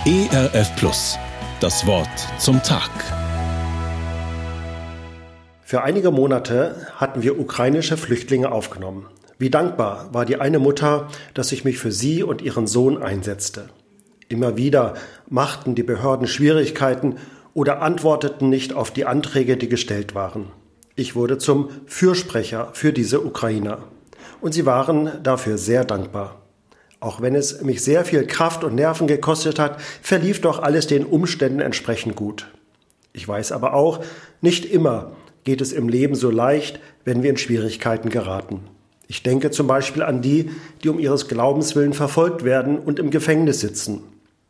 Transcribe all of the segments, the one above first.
ERF Plus. Das Wort zum Tag. Für einige Monate hatten wir ukrainische Flüchtlinge aufgenommen. Wie dankbar war die eine Mutter, dass sich mich für sie und ihren Sohn einsetzte. Immer wieder machten die Behörden Schwierigkeiten oder antworteten nicht auf die Anträge, die gestellt waren. Ich wurde zum Fürsprecher für diese Ukrainer. Und sie waren dafür sehr dankbar. Auch wenn es mich sehr viel Kraft und Nerven gekostet hat, verlief doch alles den Umständen entsprechend gut. Ich weiß aber auch, nicht immer geht es im Leben so leicht, wenn wir in Schwierigkeiten geraten. Ich denke zum Beispiel an die, die um ihres Glaubens willen verfolgt werden und im Gefängnis sitzen.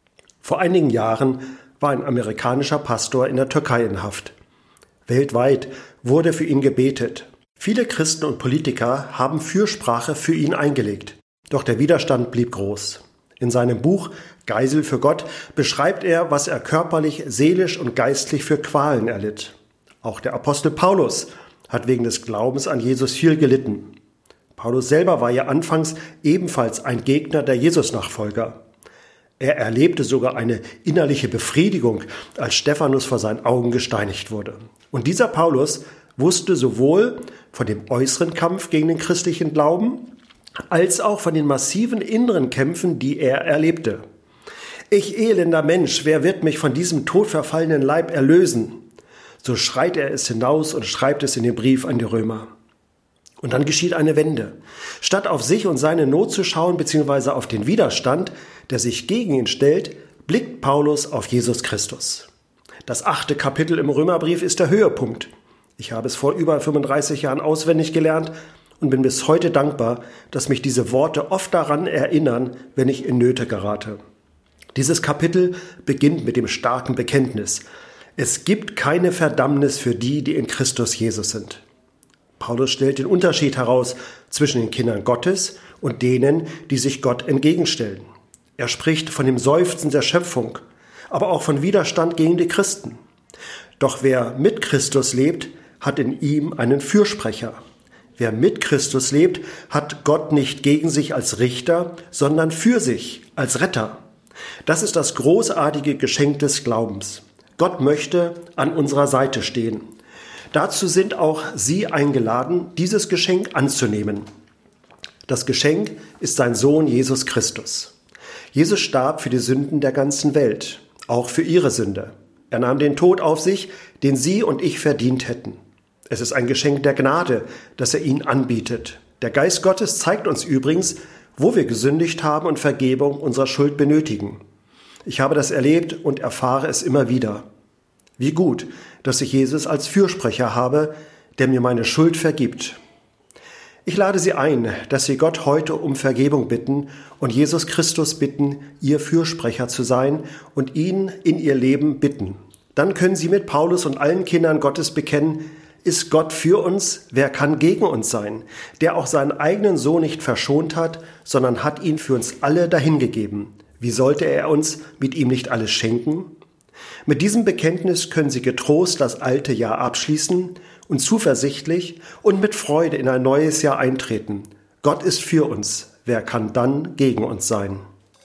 Vor einigen Jahren war ein amerikanischer Pastor in der Türkei in Haft. Weltweit wurde für ihn gebetet. Viele Christen und Politiker haben Fürsprache für ihn eingelegt. Doch der Widerstand blieb groß. In seinem Buch Geisel für Gott beschreibt er, was er körperlich, seelisch und geistlich für Qualen erlitt. Auch der Apostel Paulus hat wegen des Glaubens an Jesus viel gelitten. Paulus selber war ja anfangs ebenfalls ein Gegner der Jesus-Nachfolger. Er erlebte sogar eine innerliche Befriedigung, als Stephanus vor seinen Augen gesteinigt wurde. Und dieser Paulus wusste sowohl von dem äußeren Kampf gegen den christlichen Glauben, als auch von den massiven inneren Kämpfen, die er erlebte. Ich elender Mensch, wer wird mich von diesem todverfallenen Leib erlösen? So schreit er es hinaus und schreibt es in den Brief an die Römer. Und dann geschieht eine Wende. Statt auf sich und seine Not zu schauen, beziehungsweise auf den Widerstand, der sich gegen ihn stellt, blickt Paulus auf Jesus Christus. Das 8. Kapitel im Römerbrief ist der Höhepunkt. Ich habe es vor über 35 Jahren auswendig gelernt und bin bis heute dankbar, dass mich diese Worte oft daran erinnern, wenn ich in Nöte gerate. Dieses Kapitel beginnt mit dem starken Bekenntnis: Es gibt keine Verdammnis für die, die in Christus Jesus sind. Paulus stellt den Unterschied heraus zwischen den Kindern Gottes und denen, die sich Gott entgegenstellen. Er spricht von dem Seufzen der Schöpfung, aber auch von Widerstand gegen die Christen. Doch wer mit Christus lebt, hat in ihm einen Fürsprecher. Wer mit Christus lebt, hat Gott nicht gegen sich als Richter, sondern für sich als Retter. Das ist das großartige Geschenk des Glaubens. Gott möchte an unserer Seite stehen. Dazu sind auch Sie eingeladen, dieses Geschenk anzunehmen. Das Geschenk ist sein Sohn Jesus Christus. Jesus starb für die Sünden der ganzen Welt, auch für Ihre Sünde. Er nahm den Tod auf sich, den Sie und ich verdient hätten. Es ist ein Geschenk der Gnade, das er Ihnen anbietet. Der Geist Gottes zeigt uns übrigens, wo wir gesündigt haben und Vergebung unserer Schuld benötigen. Ich habe das erlebt und erfahre es immer wieder. Wie gut, dass ich Jesus als Fürsprecher habe, der mir meine Schuld vergibt. Ich lade Sie ein, dass Sie Gott heute um Vergebung bitten und Jesus Christus bitten, Ihr Fürsprecher zu sein und ihn in Ihr Leben bitten. Dann können Sie mit Paulus und allen Kindern Gottes bekennen: Ist Gott für uns, wer kann gegen uns sein? Der auch seinen eigenen Sohn nicht verschont hat, sondern hat ihn für uns alle dahingegeben. Wie sollte er uns mit ihm nicht alles schenken? Mit diesem Bekenntnis können Sie getrost das alte Jahr abschließen und zuversichtlich und mit Freude in ein neues Jahr eintreten. Gott ist für uns. Wer kann dann gegen uns sein?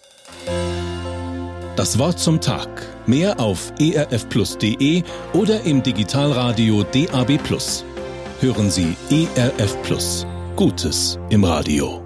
Das Wort zum Tag. Mehr auf erfplus.de oder im Digitalradio DAB+. Hören Sie ERF Plus. Gutes im Radio.